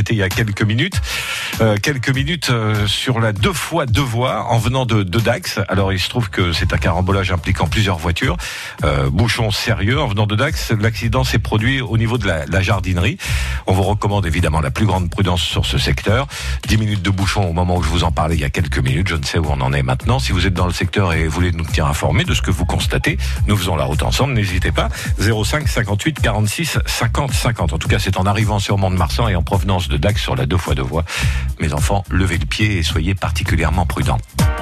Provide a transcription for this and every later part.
c'était il y a quelques minutes. Sur la 2x2 voies en venant de Dax. Alors il se trouve que c'est un carambolage impliquant plusieurs voitures. Bouchon sérieux en venant de Dax. L'accident s'est produit au niveau de la jardinerie. On vous recommande évidemment la plus grande prudence sur ce secteur. 10 minutes de bouchon au moment où je vous en parlais il y a quelques minutes. Je ne sais où on en est maintenant. Si vous êtes dans le secteur et voulez nous tenir informés de ce que vous constatez, nous faisons la route ensemble. N'hésitez pas. 05 58 46 50 50. En tout cas, c'est en arrivant sur Mont-de-Marsan et en provenance de Dax sur la 2x2 voies. Mes enfants, levez le pied et soyez particulièrement prudents.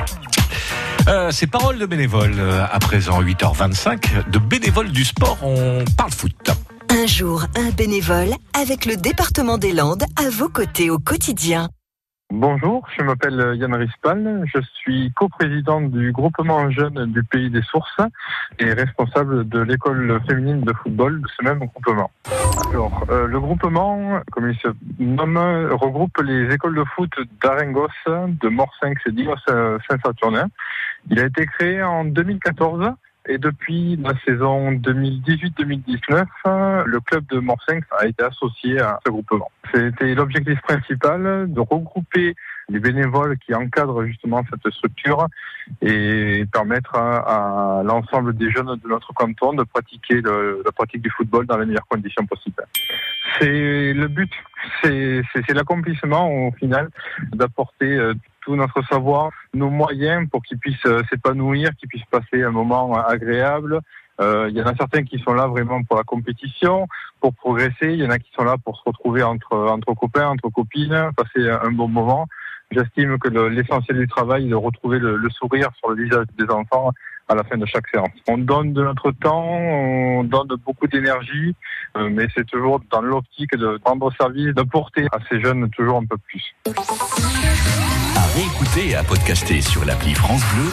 C'est Paroles de bénévoles. À présent, 8h25. De bénévoles du sport, on parle foot. Un jour, un bénévole avec le département des Landes à vos côtés au quotidien. Bonjour, je m'appelle Yann Rispal, je suis coprésident du groupement jeunes du Pays des Sources et responsable de l'école féminine de football de ce même groupement. Alors, le groupement, comme il se nomme, regroupe les écoles de foot d'Arengos, de Morsinx et d'Igos-Saint-Saturnin. Il a été créé en 2014. Et depuis la saison 2018-2019, le club de Morsinx a été associé à ce groupement. C'était l'objectif principal de regrouper les bénévoles qui encadrent justement cette structure et permettre à l'ensemble des jeunes de notre canton de pratiquer la pratique du football dans les meilleures conditions possibles. C'est le but, c'est l'accomplissement au final d'apporter tout notre savoir, nos moyens pour qu'ils puissent s'épanouir, qu'ils puissent passer un moment agréable. Il y en a certains qui sont là vraiment pour la compétition, pour progresser. Il y en a qui sont là pour se retrouver entre copains, entre copines, passer un bon moment. J'estime que l'essentiel du travail est de retrouver le sourire sur le visage des enfants à la fin de chaque séance. On donne de notre temps, on donne beaucoup d'énergie, mais c'est toujours dans l'optique de rendre service, d'apporter à ces jeunes toujours un peu plus. À réécouter et à podcaster sur l'appli France Bleu.